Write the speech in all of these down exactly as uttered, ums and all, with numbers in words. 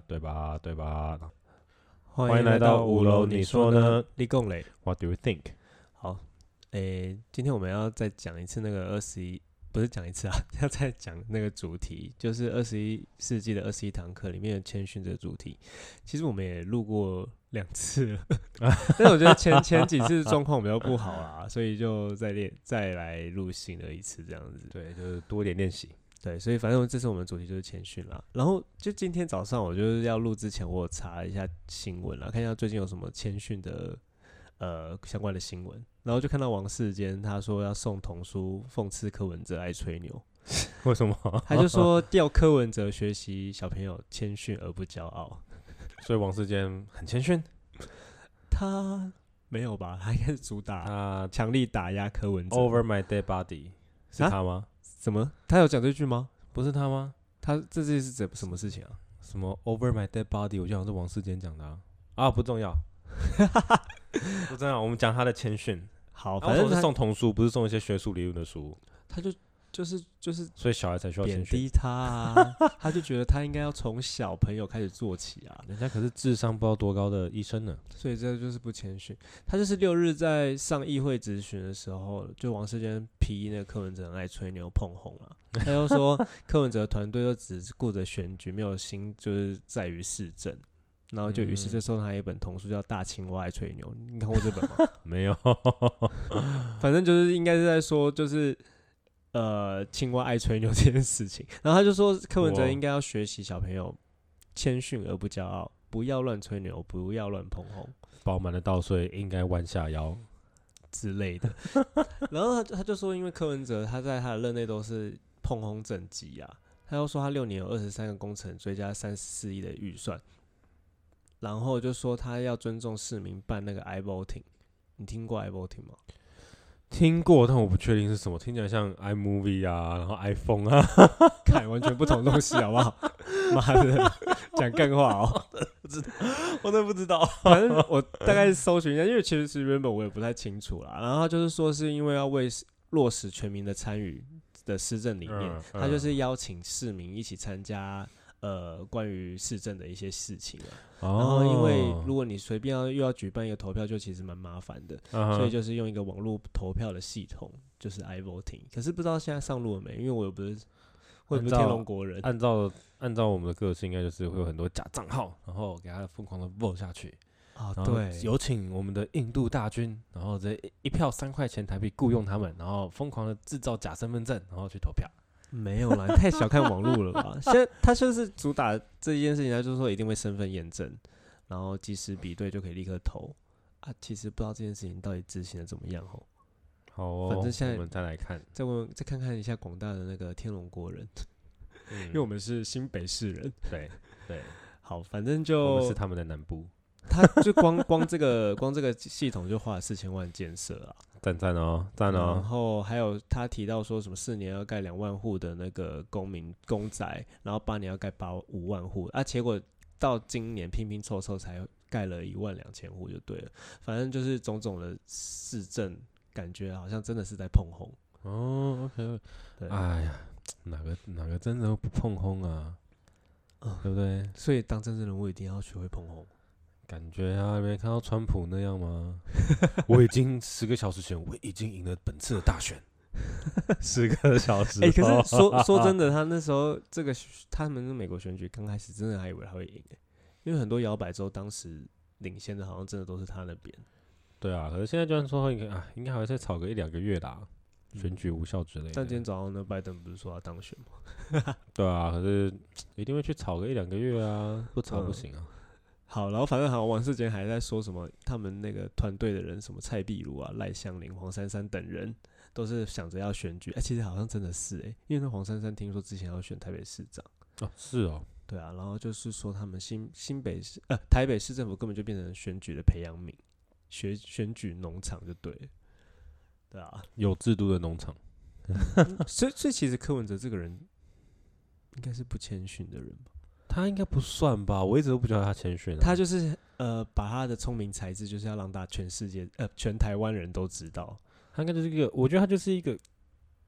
对吧？对吧？ 欢迎来到五楼，你说呢？立贡磊 ？What do you think？ 好，诶，今天我们要再讲一次那个二十一，不是讲一次啊，要再讲那个主题，就是二十一世纪的二十一堂课里面的谦逊这个主题。其实我们也录过两次了，但是我觉得前前几次状况比较不好啦，所以就再练再来录新的一次这样子。 对，就是多一点练习。 对，所以反正这次我们的主题就是谦逊啦。然后就今天早上我就是要录之前，我有查一下新闻啦，看一下最近有什么谦逊的呃相关的新闻。然后就看到王世坚他说要送童书讽刺柯文哲爱吹牛， 为什么？ 他就说调柯文哲学习小朋友谦逊而不骄傲。 所以王世坚很谦逊？ 他没有吧？他应该是主打他强力打压柯文哲。 Over my dead body 是他吗？ 什么？他有讲这句吗？ 不是他吗？ 他这这是什么事情啊？ 什么 Over my dead body？ 我记得好像是王世坚讲的啊，啊不重要，不重要。我们讲他的谦逊。 好， 反正、啊、是送童书，不是送一些学术理论的书。 他就就是就是， 所以小孩才需要谦逊， 贬低他啊！他就觉得他应该要从小朋友开始做起啊。 人家可是智商不知道多高的医生呢， 所以这就是不谦逊。他就是六日在上议会质询的时候，就王世坚批那个柯文哲很爱吹牛碰红了。他就说柯文哲团队都只顾着选举，没有心就是在于市政。然后就于是就送他一本童书叫《大青蛙爱吹牛》，你看过这本吗？ 没有， 反正就是应该是在说就是呃青蛙爱吹牛这件事情。然后他就说柯文哲应该要学习小朋友谦逊而不骄傲，不要乱吹牛，不要乱捧红， 饱满的稻穗应该弯下腰之类的。然后 他, 他就说，因为柯文哲他在他的任内都是碰红整集啊，他又说他六年有二十三个工程追加三十四亿的预算。然后就说他要尊重市民办那个 iVoting， 你听过 iVoting 吗？ 听过，但我不确定是什么，听起来像 iMovie 啊，然后 iPhone 啊， 看完全不同东西，好不好？妈的，讲干话哦！ 不知道，我都不知道。 反正我大概搜寻一下，因为其实原本我也不太清楚啦。然后他就是说，是因为要为落实全民的参与的施政理念，嗯嗯、他就是邀请市民一起参加。呃，关于市政的一些事情啊，哦、然后因为如果你随便要又要举办一个投票，就其实蛮麻烦的，uh-huh. 所以就是用一个网络投票的系统，就是 iVoting。可是不知道现在上路了没？因为我又不是，我也不是天龙国人。 按照按照我们的个性，应该就是会有很多假账号，然后给他疯狂的 vote 下去。 啊、哦，对， 有请我们的印度大军，然后这一票三块钱台币雇佣他们，然后疯狂的制造假身份证，然后去投票。 没有啦，你太小看网络了吧？现在他就是主打这件事情，他就是说一定会身份验证，然后即时比对就可以立刻投啊。其实不知道这件事情到底执行的怎么样吼。 好哦， 反正现在我们再来看， 再问再看看一下广大的那个天龙国人， 嗯、 因为我们是新北市人。 对对， 好，反正就我们是他们的南部。 他就光光这个光这个系统就花了四千万建设啊。 赞赞哦，赞哦！ 然后还有他提到说什么四年要盖两万户的那个公民公宅，然后八年要盖八五万户啊，结果到今年拼拼凑凑才盖了一万两千户就对了。反正就是种种的市政，感觉好像真的是在碰红哦。OK， 对，哎呀，哪个哪个真人不碰红啊？嗯、对不对？ 所以当政治人物一定要学会碰红。 感觉啊，没看到川普那样吗？我已经十个小时前，我已经赢了本次的大选。十个小时， 哎、欸，可是说说真的，他那时候这个他们的美国选举刚开始，真的还以为他会赢、欸，因为很多摇摆州当时领先的，好像真的都是他那边。 对啊，可是现在就算说应该啊，应该还会再吵个一两个月啦，选举无效之类的。 但今天早上呢，拜登不是说要当选吗？ 对啊，可是一定会去吵个一两个月啊，不吵不行啊。嗯好，然后反正好像王世坚还在说什么，他们那个团队的人，什么蔡壁如啊、赖香伶、黄珊珊等人，都是想着要选举。哎、欸，其实好像真的是哎、欸，因为那黄珊珊听说之前要选台北市长。 哦，是哦。 对啊，然后就是说他们新新北市呃台北市政府根本就变成选举的培养皿，选选举农场就对了。对啊， 有制度的农场。 所以所以其实柯文哲这个人应该是不谦逊的人吧？ 他应该不算吧，我一直都不觉得他谦逊、啊。 他就是呃，把他的聪明才智，就是要让大全世界呃全台湾人都知道。 他应该就是一个，我觉得他就是一个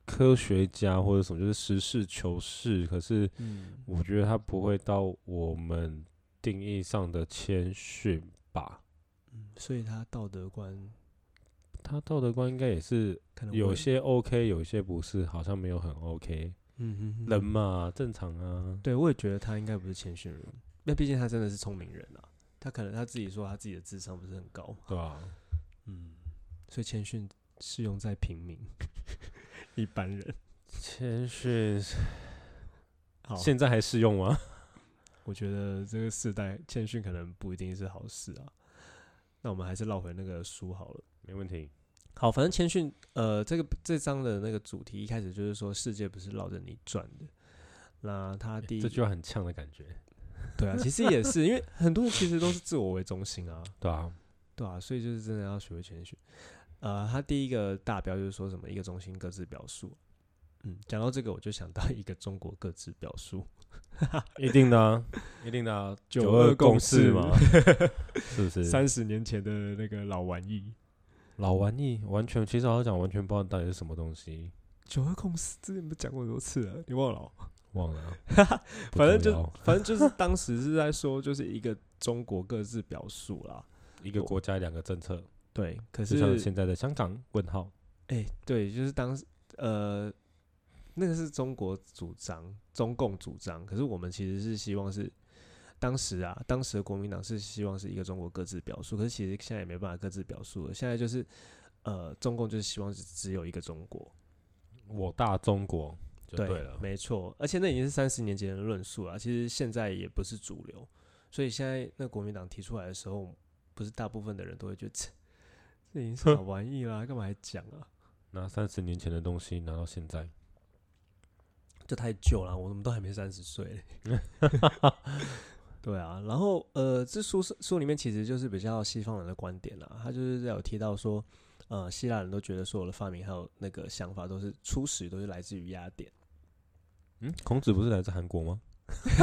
科学家或者什么，就是实事求是。可是，我觉得他不会到我们定义上的谦逊吧。 嗯，所以他道德观， 他道德观应该也是有些 OK， 有些不是，好像没有很 OK。嗯哼哼，人嘛，正常啊。 对，我也觉得他应该不是谦逊人，那毕竟他真的是聪明人啊。他可能他自己说他自己的智商不是很高， 对啊， 嗯，所以谦逊适用在平民、一般人。 谦逊，现在还适用吗？ 我觉得这个世代谦逊可能不一定是好事啊。那我们还是绕回那个书好了， 没问题。 好，反正谦逊，呃，这个这章的那个主题一开始就是说世界不是绕着你转的。那他第一、 欸、这句话很呛的感觉。 对啊，其实也是，因为很多人其实都是自我为中心啊。 对啊， 对啊，所以就是真的要学会谦逊。呃，他第一个大标就是说什么一个中心各自表述。嗯，讲到这个我就想到一个中国各自表述。 一定的、啊，一定的、啊，九二共识嘛，是不是？ 三十年前的那个老玩意。 老玩意完全，其实好好讲，完全不知道到底是什么东西。 九二共识之前不讲过很多次了，你忘了、喔？ 忘了、啊， 反正就反正就是当时是在说，就是一个中国各自表述啦， 一个国家两个政策。 对，可是就像现在的香港问号。 哎、欸，对，就是当时呃，那个是中国主张，中共主张，可是我们其实是希望是。当时啊，当时的国民党是希望是一个中国各自表述，可是其实现在也没办法各自表述了。现在就是，呃，中共就是希望是只有一个中国， 我大中国就对了， 对没错。而且那已经是三十年前的论述了，其实现在也不是主流。所以现在那国民党提出来的时候，不是大部分的人都会觉得这已经是老玩意啦，干嘛还讲啊？ 拿三十年前的东西拿到现在， 这太久了，我们都还没三十岁。对啊，然后呃，这书书里面其实就是比较西方人的观点啦，他就是有提到说，呃，希腊人都觉得所有的发明还有那个想法都是初始都是来自于雅典。 嗯，孔子不是来自韩国吗？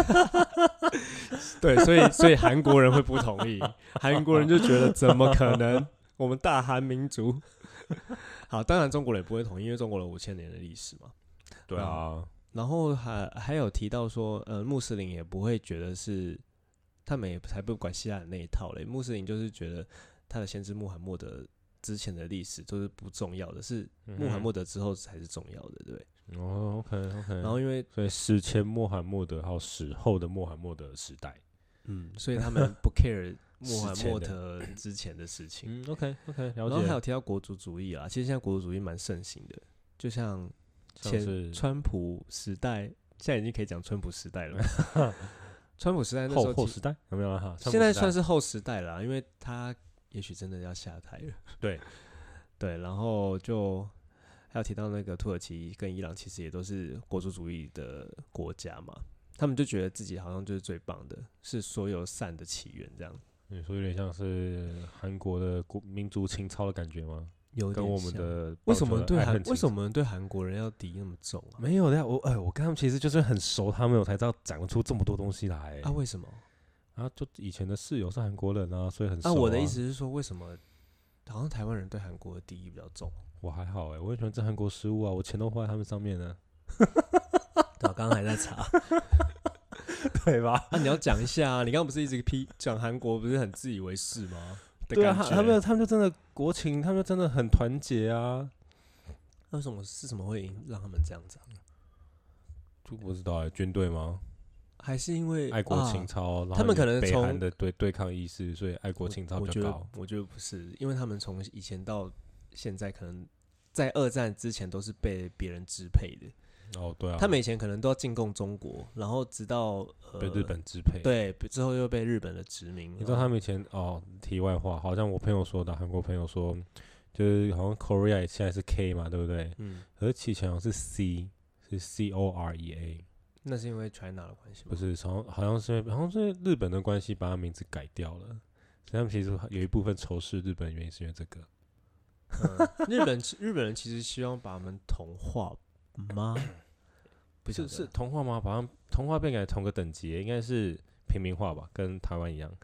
对，所以所以韩国人会不同意，韩国人就觉得怎么可能？我们大韩民族。好，当然中国人也不会同意，因为中国人五千年的历史嘛。 对啊。 嗯、然后还还有提到说，呃，穆斯林也不会觉得是。他们也才不管希腊人那一套嘞，穆斯林就是觉得他的先知穆罕默德之前的历史都是不重要的，是穆罕默德之后才是重要的，对不对？ 哦 ，OK OK。 然后因为所以史前穆罕默德还有史后的穆罕默德时代， 嗯，所以他们不 care 穆罕默德之前的事情。 嗯 ，OK OK， 了解。 然后还有提到国族主义啦，其实现在国族主义蛮盛行的，就像前川普时代，现在已经可以讲川普时代了。川普时代那时候后, 后时代有没有啊？ 现在算是后时代了啦，因为他也许真的要下台了。 对对，然后就还有提到那个土耳其跟伊朗，其实也都是国族主义的国家嘛，他们就觉得自己好像就是最棒的，是所有善的起源这样。 你说有点像是韩国的民族情操的感觉吗？ 有点跟我们的为什么对韩为什么对韩国人要敌那么重啊？ 没有的，我哎、欸，我跟他们其实就是很熟，他们我才知道讲出这么多东西来、欸。 啊，为什么？ 啊，就以前的室友是韩国人啊，所以很熟啊。 啊，我的意思是说，为什么好像台湾人对韩国的敌意比较重？ 我还好哎、欸，我很喜欢吃韩国食物啊，我钱都花在他们上面呢。 我刚刚还在查， 对吧？ 啊，你要讲一下啊！你刚刚不是一直批讲韩国，不是很自以为是吗？ 对啊，他们他们就真的国情，他们就真的很团结啊。 那为什么是什么会让他们这样子、啊？ 就不知道哎、欸，军队吗？ 还是因为爱国情操？ 啊、他们可能北韩的对对抗意识，所以爱国情操比较高。 我觉得我觉得不是，因为他们从以前到现在，可能在二战之前都是被别人支配的。 哦，对啊， 他们以前可能都要进贡中国，然后直到、呃、 被日本支配， 对，之后又被日本的殖民。 你知道他们以前哦？题外话，好像我朋友说的，韩国朋友说，就是好像 Korea 现在是 K 嘛，对不对？嗯。可是以前好像是 C， 是 C O R E A。 那是因为 China 的关系吗？ 不是，好像好像是好像是日本的关系，把他名字改掉了。所以他们其实有一部分仇视日本的原因是因为这个。 嗯、日本日本人其实希望把他们同化吗？ 不是是同化吗？把他们同化变改同个等级，应该是平民化吧，跟台湾一样。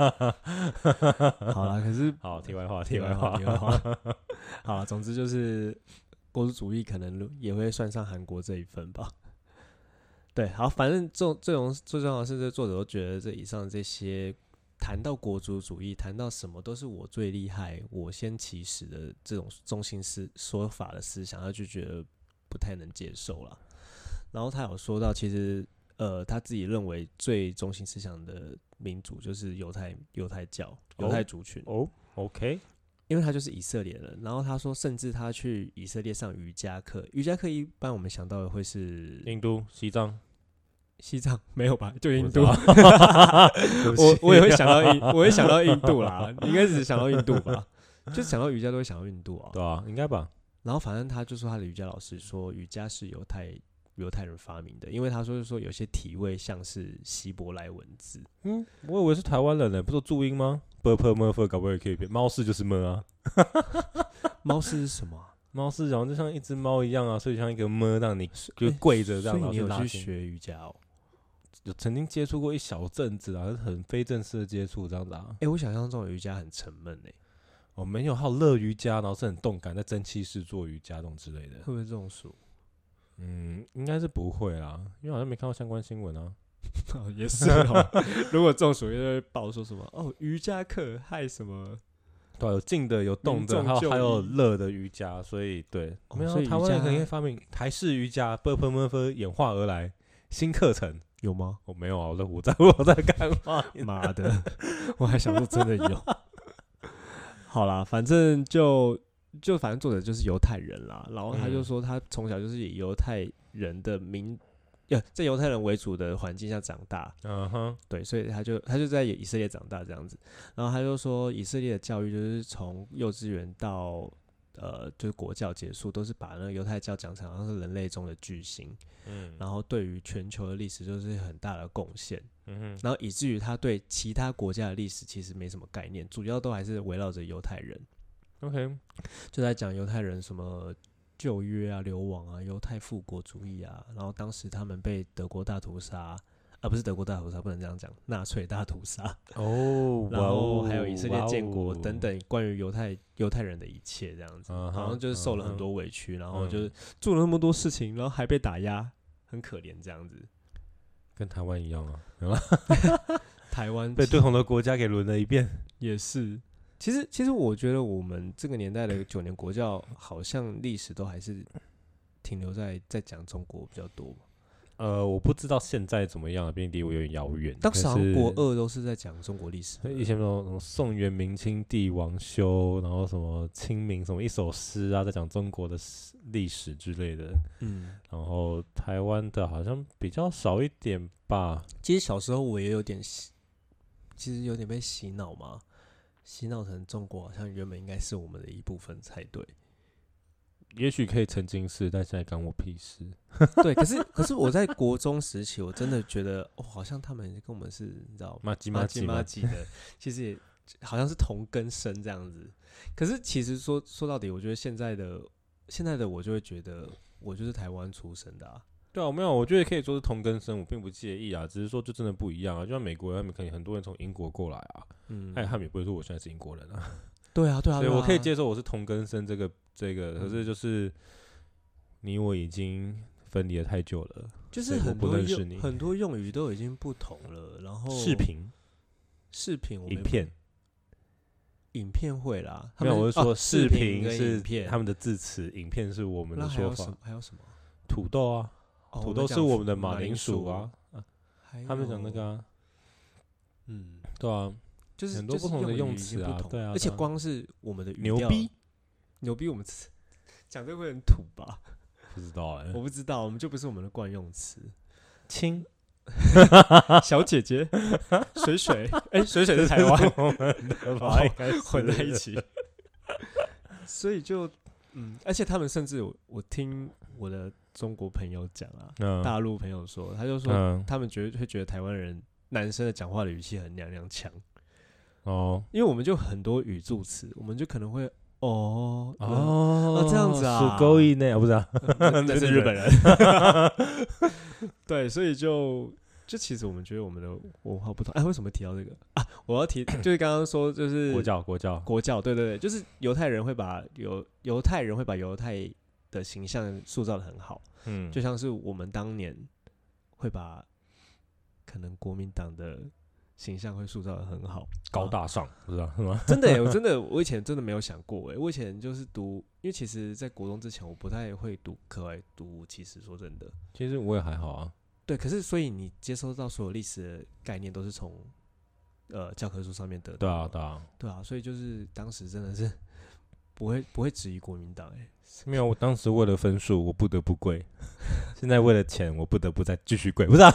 好啦，可是好，题外话，题外话， 题外话。好啦，总之就是国族主义可能也会算上韩国这一份吧。对，好，反正这这种最重要的是，这作者都觉得这以上这些谈到国族主义，谈到什么都是我最厉害，我先起始的这种中心思说法的思想，他就觉得不太能接受了。然后他有说到，其实呃，他自己认为最中心思想的民族就是犹太犹太教犹太族群。 哦、oh, ，OK， 因为他就是以色列人。然后他说，甚至他去以色列上瑜伽课，瑜伽课一般我们想到的会是印度、西藏。 西藏没有吧？就印度。我我也会想到印，我会想到印度啦，应该只是想到印度吧？就想到瑜伽都会想到印度啊。 对啊，应该吧。 然后反正他就说他的瑜伽老师说，瑜伽是犹太犹太人发明的，因为他说是说有些体位像是希伯来文字。 嗯，我以为是台湾人呢，不是注音吗 ？b p m f 搞不好也可以变。猫式就是么啊。 猫式是什么、啊？ 猫式好像就像一只猫一样啊，所以像一个么让你就跪着这样。 所以你有去学瑜伽哦？ 有曾经接触过一小阵子啊，很非正式的接触这样子啊。 哎、欸，我想象中的瑜伽很沉闷哎、欸。 哦，没有，还有乐瑜伽，然后是很动感，在蒸汽室做瑜伽这种之类的。 会不会中暑？ 嗯，应该是不会啦，因为好像没看到相关新闻啊。 哦，也是哦。如果中暑，就会报说什么哦，瑜伽课害什么？ 对、啊，有静的，有动的，还有还有热的瑜伽，所以对，哦、没有台湾人可能可以发明台式瑜伽 ，b p m f 演化而来新课程。 有吗？ 我、哦、没有啊，我在我在我在看话， 妈的，我还想说真的有。好啦，反正就就反正作者就是犹太人啦，然后他就说他从小就是以犹太人的民，呃，在犹太人为主的环境下长大， 嗯哼， 对，所以他就他就在以色列长大这样子，然后他就说以色列的教育就是从幼稚园到呃就是国教结束，都是把那个犹太教讲成好像是人类中的巨星。嗯，然后对于全球的历史就是很大的贡献，嗯哼，然后以至于他对其他国家的历史其实没什么概念，主要都还是围绕着犹太人。 OK， 就在讲犹太人什么旧约啊、流亡啊、犹太复国主义啊，然后当时他们被德国大屠杀，啊不是德国大屠杀，不能这样讲，纳粹大屠杀哦， 然后还有以色列建国等等关于犹太犹太人的一切这样子， uh-huh, 好像就是受了很多委屈，uh-huh, 然后就是做了那么多事情，然后还被打压，很可怜这样子， 跟台湾一样啊，有吗？ 台湾被不同的国家给轮了一遍， 也是。其实，其实我觉得我们这个年代的九年国教，好像历史都还是停留在在讲中国比较多。 呃，我不知道现在怎么样了，毕竟离我有点遥远。 当时好像国二都是在讲中国历史， 以前什么宋元明清帝王修，然后什么清明什么一首诗啊，在讲中国的历史之类的。嗯，然后台湾的好像比较少一点吧。 其实小时候我也有点，其实有点被洗脑嘛，洗脑成中国好像原本应该是我们的一部分才对。 也许可以曾经是，但现在干我屁事。 对，可是可是我在国中时期，我真的觉得哦，好像他们跟我们是，你知道吗？ 麻吉麻吉麻吉的，其实也好像是同根生这样子。可是其实说说到底，我觉得现在的现在的我就会觉得，我就是台湾出生的啊。 对啊，没有，我觉得可以说是同根生，我并不介意啊，只是说就真的不一样啊。就像美国人，他们可能很多人从英国过来啊，嗯，哎，他们也不会说我现在是英国人啊。 对啊，对啊， 所以我可以接受我是同根生这个这个，可是就是你我已经分离了太久了， 就是很多用很多用语都已经不同了，然后视频、 视频、 影片、 影片会啦， 没有，我是说视频是他们的字词，影片是我们的说法。 还有什么？ 土豆啊，土豆是我们的马铃薯啊，他们讲那个啊， 嗯， 对啊。 就是很多不同的用词啊，对啊， 而且光是我们的语调，牛逼， 牛逼，我们讲这个会很土吧？ 不知道哎、欸， 我不知道，我们就不是我们的惯用词。 亲， 小姐姐，水水，哎、欸，水水是台湾， 我们的吧， 混在一起。所以就，嗯，而且他们甚至我，我听我的中国朋友讲啊，嗯、大陆朋友说，他就说、嗯、他们觉得会觉得台湾人男生的讲话的语气很娘娘腔。哦，因为我们就很多语助词，我们就可能会哦哦、啊、这样子啊， 是勾引呢，不是啊， 那是日本人。对，所以就就其实我们觉得我们的文化不同。哎，为什么提到这个啊？我要提，就是刚刚说，就是国教，国教， 国教，对对对，就是犹太人会把犹犹太人会把犹太的形象塑造的很好，嗯，就像是我们当年会把可能国民党的形象会塑造的很好， 高大上，是吧？是吗？ 真的耶，我真的，我以前真的没有想过，哎，我以前就是读，因为其实，在国中之前，我不太会读课外读物，其实说真的， 其实我也还好啊。 对，可是所以你接收到所有历史的概念都是从呃教科书上面得到， 对啊，对啊， 对啊，所以就是当时真的是不会不会质疑国民党，哎， 没有，我当时为了分数，我不得不跪，现在为了钱，我不得不再继续跪，不是啊？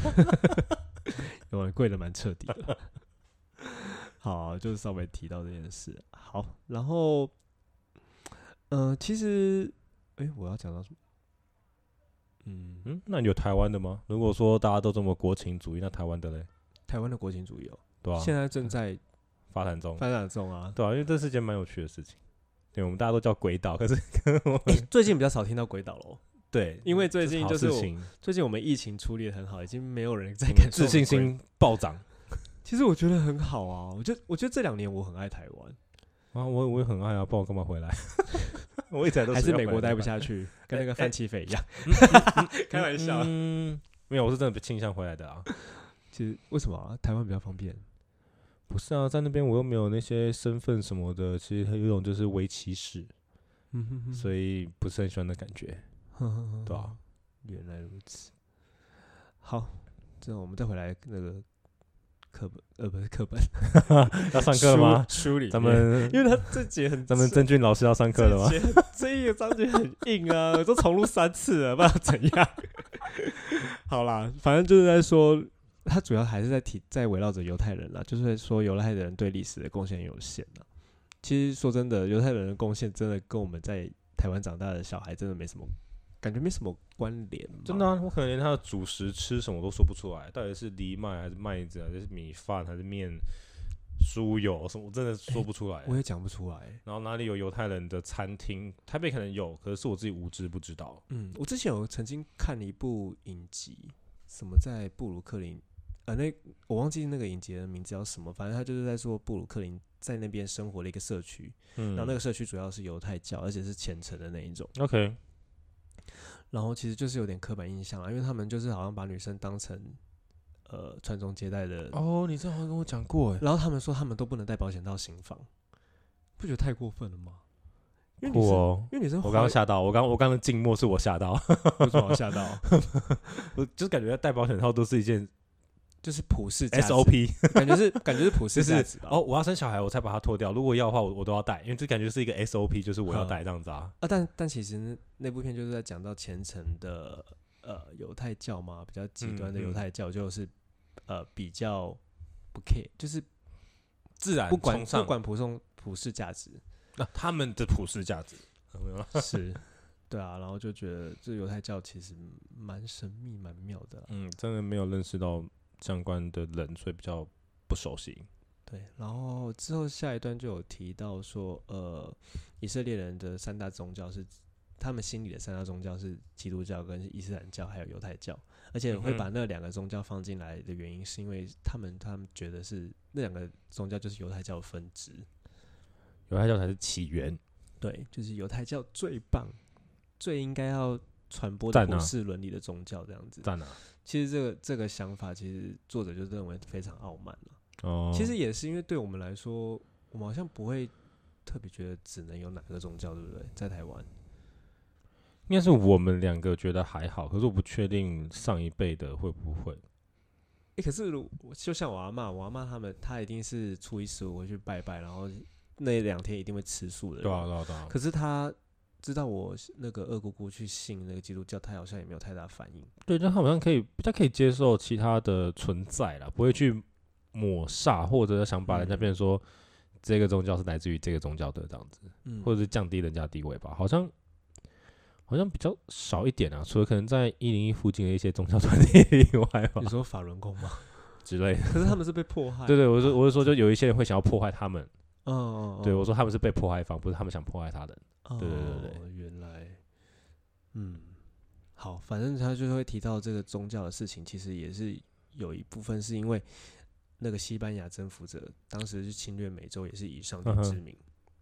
有人跪的蛮彻底的。好，就是稍微提到这件事。好，然后，嗯、呃，其实，哎、欸，我要讲到什么？ 嗯嗯，那有台湾的吗？如果说大家都这么国情主义，那台湾的嘞？ 台湾的国情主义哦， 对啊， 现在正在发展中， 发展中啊， 对啊，因为这是件蛮有趣的事情。对，我们大家都叫鬼岛，可是我欸、最近比较少听到鬼岛喽。 对， 因为最近就是我最近我们疫情处理的很好，已经没有人在感受自信心暴涨。 其实我觉得很好啊，我觉得我觉得这两年我很爱台湾啊，我我也很爱啊，不然我干嘛回来？我一直都还是美国待不下去，跟那个范琪斐一样。开玩笑， 嗯，没有，我是真的倾向回来的啊。 其实为什么、啊、台湾比较方便？ 不是啊，在那边我又没有那些身份什么的，其实有一种就是微歧视，嗯哼哼，所以不是很喜欢的感觉。对啊， 原来如此。好，这样我们再回来那个课本，呃，不是课本， 要上课了吗？ 书里， 咱们因为他这节很， 咱们曾俊老师要上课了吗？ 这一个章节很硬啊，我都重录三次了，不知道怎样。好啦，反正就是在说，他主要还是在提，在围绕着犹太人啦，就是在说犹太人对历史的贡献有限啦。其实说真的，犹太人的贡献真的跟我们在台湾长大的小孩真的没什么。感觉没什么关联， 真的啊！我可能连他的主食吃什么都说不出来，到底是藜麦还是麦子，还是米饭还是面、酥油什么，我真的说不出来、欸。 我也讲不出来。 然后哪里有犹太人的餐厅？台北可能有，可是我自己无知不知道。 嗯，我之前有曾经看了一部影集，什么在布鲁克林，呃，那我忘记那个影集的名字叫什么，反正他就是在说布鲁克林在那边生活的一个社区，嗯，然后那个社区主要是犹太教，而且是虔诚的那一种。 OK。 然后其实就是有点刻板印象啦，因为他们就是好像把女生当成呃传宗接代的哦，你这好像跟我讲过哎。 然后他们说他们都不能带保险套行房，不觉得太过分了吗？因为女生，哦、 因为女生我刚刚吓到，我刚我刚刚的静默是我吓到， 为什么吓到？ 我就是感觉戴保险套都是一件。 就是普世价值 S O P， 感觉是感觉是普世价值吧。 哦，我要生小孩我才把它脱掉，如果要的话我我都要戴，因为这感觉是一个 S O P， 就是我要戴这样子啊。 啊，但但其实那部片就是在讲到虔诚的呃犹太教嘛，比较极端的犹太教，就是、嗯、呃比较不 care， 就是自然不管不管普通普世价值， 那、啊、他们的普世价值是。对啊，然后就觉得这犹太教其实蛮神秘、蛮妙的啦。 嗯，真的没有认识到相关的人，所以比较不熟悉。 对，然后之后下一段就有提到说，呃，以色列人的三大宗教是他们心里的三大宗教是基督教、跟伊斯兰教还有犹太教，而且会把那两个宗教放进来的原因，是因为他们他们觉得是那两个宗教就是犹太教的分支， 犹太教才是起源。 对，就是犹太教最棒。最应该要传播的普世伦理的宗教这样子， 赞啊！ 其实这个这个想法，其实作者就认为非常傲慢了。 哦， 其实也是因为对我们来说，我们好像不会特别觉得只能有哪个宗教，对不对？在台湾， 应该是我们两个觉得还好，可是我不确定上一辈的会不会。 欸、可是就像我阿嬷，我阿嬷他们，他一定是初一十五会去拜拜，然后那两天一定会吃素的。 对啊，对啊，对啊。 可是他。知道我那个二姑姑去信那个基督教，他好像也没有太大反应。 对，但他好像可以比较可以接受其他的存在啦，不会去抹煞或者想把人家变成说、嗯、这个宗教是来自于这个宗教的这样子，嗯、或者是降低人家的地位吧。好像好像比较少一点啊，除了可能在一零一附近的一些宗教团体以外吧。 你说法轮功吗？ 之类的。 可是他们是被迫害。 对对，我是我是说，就有一些人会想要迫害他们。 哦哦哦， 对，我说他们是被迫害方，不是他们想迫害他人。 哦、 对对对对， 原来，嗯，好，反正他就会提到这个宗教的事情，其实也是有一部分是因为那个西班牙征服者当时去侵略美洲，也是以上帝之名。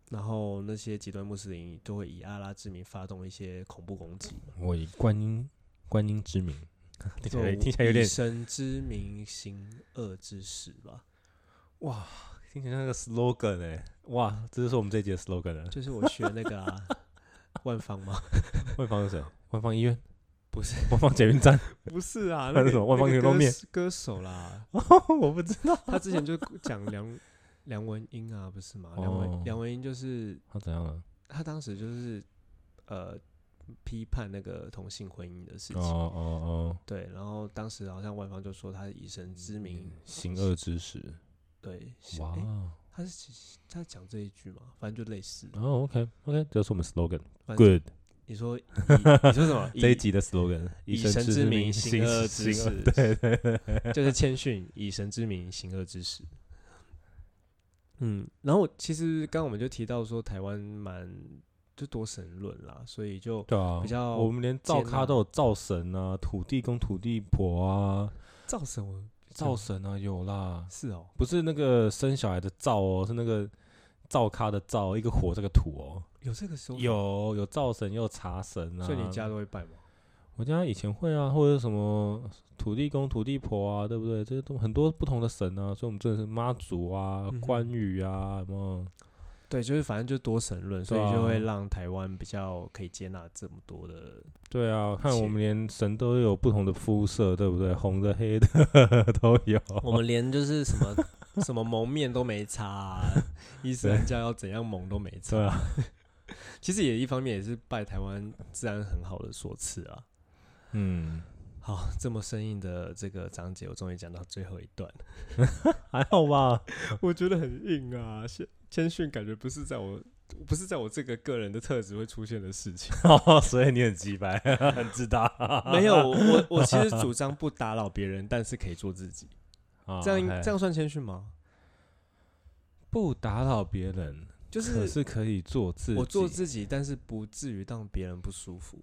然后那些极端穆斯林都会以阿拉之名发动一些恐怖攻击。 我以观音观音之名，听起来听起来有点以神之名行恶之实吧。 哇，听起来像那个 slogan 哎、欸，哇，这就是我们这一节的 slogan 了。 就是我学那个啊，万方吗？ 万方是谁？万方医院？ 不是， 万方捷运站？ 不是啊， 那是什么？万方牛肉面？ 歌手啦， 我不知道。 他之前就讲梁梁文音啊，不是吗？梁文、哦、梁文音就是他怎样了？ 他当时就是呃批判那个同性婚姻的事情。 哦哦哦， 对，然后当时好像万方就说他以神之名行恶之实。 对， 哇、欸， 他是他讲这一句嘛，反正就类似。 哦 ，OK OK， 这是我们 slogan。Good。 你说你说什么？ 这一集的 slogan 以神之名行恶之实， 对对对， 就是谦逊，以神之名行恶之实。嗯，然后其实刚刚我们就提到说台湾蛮就多神论啦，所以就对啊， 比较我们连造咖都有造神啊，土地公土地婆啊， 造神我造神啊有啦， 是哦， 不是那个生小孩的造哦，是那个造咖的造，一个火这个土哦。 有这个时候有有灶神，有茶神啊， 所以你家都会拜吗？ 我家以前会啊，或者什么土地公、土地婆啊，对不对？这些都很多不同的神啊，所以我们真的是妈祖啊、嗯、关羽啊，什么？ 对，就是反正就多神论，所以就会让台湾比较可以接纳这么多的。 对啊，看我们连神都有不同的肤色，对不对？红的、黑的都有。 我们连就是什么什么蒙面都没差、啊，伊斯兰教要怎样蒙都没差。 对啊。 其实也一方面也是拜台湾治安很好的所赐啊。 嗯， 好，这么生硬的这个章节，我终于讲到最后一段， 还好吧？ 我觉得很硬啊，谦逊感觉不是在我不是在我这个个人的特质会出现的事情。 哦，所以你很鸡掰，很自大。 没有，我我其实主张不打扰别人，但是可以做自己。 哦、 这样这样算谦逊吗？ 不打扰别人。 就是可是可以做自己， 我做自己，但是不至于让别人不舒服。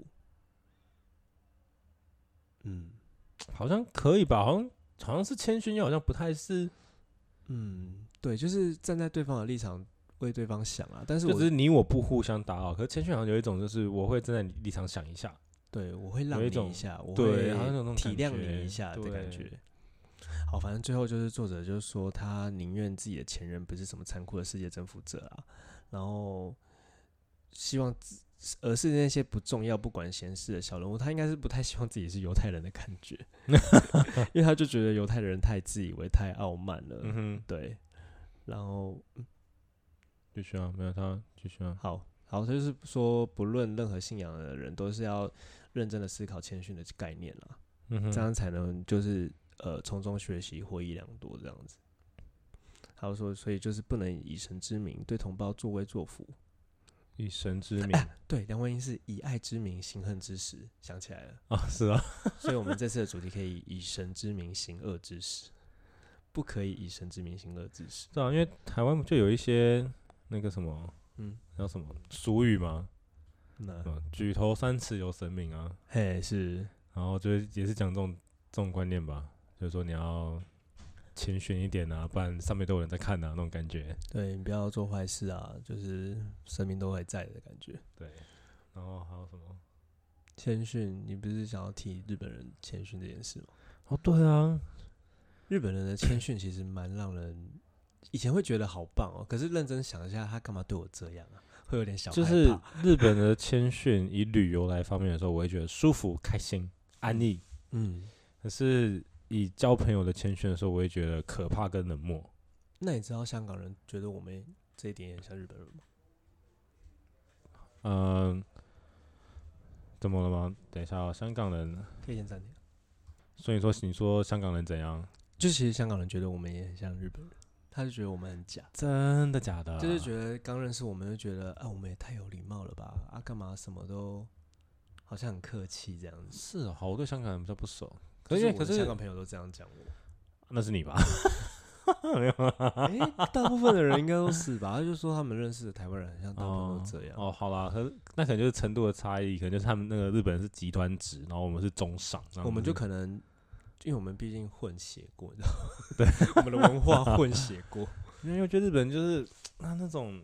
嗯， 好像可以吧？好像好像是谦逊，又好像不太是。 嗯，对，就是站在对方的立场为对方想啊。但是我就是你我不互相打扰，可是谦逊好像有一种就是我会站在你立场想一下， 对我会让你一下，我会体谅你一下的感觉。好，反正最后就是作者就是说，他宁愿自己的前任不是什么残酷的世界征服者啊，然后希望，而是那些不重要、不管闲事的小人物。他应该是不太希望自己是犹太人的感觉，因为他就觉得犹太人太自以为、太傲慢了。嗯哼，对。然后， 继续啊，没有他继续啊。 好，好，就是说，不论任何信仰的人，都是要认真的思考谦逊的概念啦，嗯哼，这样才能就是。呃，从中学习，获益良多，这样子。还有说，所以就是不能以神之名对同胞作威作福。 以神之名， 啊、对，梁文音是以爱之名行恨之实，想起来了啊，是啊。 所以我们这次的主题可以以神之名行恶之实，不可以以神之名行恶之实。 对啊，因为台湾就有一些那个什么， 嗯， 叫什么俗语嘛， 那举头三尺有神明啊， 嘿是， 然后就也是讲这种这种观念吧。就是说你要谦逊一点啊，不然上面都有人在看啊，那种感觉。 对，你不要做坏事啊，就是神明都会在的感觉。 对，然后还有什么？ 谦逊，你不是想要提日本人谦逊这件事吗？ 哦，对啊， 日本人的谦逊其实蛮让人以前会觉得好棒哦，可是认真想一下，他干嘛对我这样啊？会有点小害怕。 就是日本的谦逊，以旅游来方面的时候，我会觉得舒服、开心、安逸。嗯，可是。以交朋友的谦逊的时候，我会觉得可怕跟冷漠。 那你知道香港人觉得我们这一点也像日本人吗？ 嗯、呃，怎么了吗？等一下哦，香港人可以先暂停。 所以说，你说香港人怎样？ 就其实香港人觉得我们也很像日本人，他就觉得我们很假。 真的假的？ 就是觉得刚认识我们就觉得啊，我们也太有礼貌了吧？啊，干嘛什么都好像很客气这样子。 是哦，好，我对香港人比较不熟。 可是可是香港朋友都这样讲我， 那是你吧？ 没有啊，哎、欸，大部分的人应该都是吧？他就说他们认识的台湾人，很像大部分都这样。 哦，哦好啦，可是那可能就是程度的差异，可能就是他们那个日本人是极端值，然后我们是中上， 我们就可能，因为我们毕竟混血过，你知道吗？对，我们的文化混血过。 因为我觉得日本人就是他那种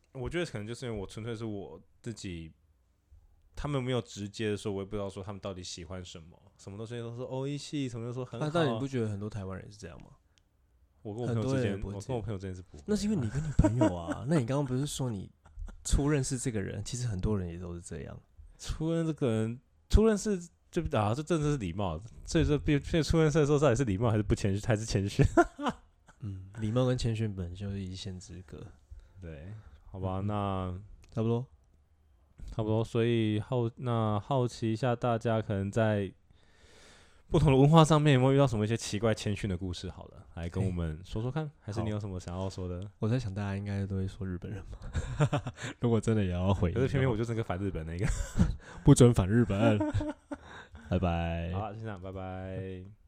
我觉得可能就是因为我纯粹是我自己，他们没有直接的说，我也不知道说他们到底喜欢什么，什么东西都说欧一系，什么都说很好。 啊、但你不觉得很多台湾人是这样吗？ 我跟我朋友之间，我跟我朋友之间是不会。 那是因为你跟你朋友啊。那你刚刚不是说你初认识这个人，其实很多人也都是这样。 初认这个人，初认识就啊，这真的是礼貌。所以说，变变初认识的时候，到底是礼貌还是不谦虚，还是谦虚？ 嗯，礼貌跟谦逊本就是一线之隔。 对，好吧，嗯、那差不多， 差不多。所以好，那好奇一下，大家可能在不同的文化上面有没有遇到什么一些奇怪谦逊的故事？好了，来跟我们说说看，还是你有什么想要说的？ 我在想，大家应该都会说日本人嘛。如果真的也要回， 可是偏偏我就是那个反日本那个， 不准反日本。拜拜。 好，先这样，拜拜。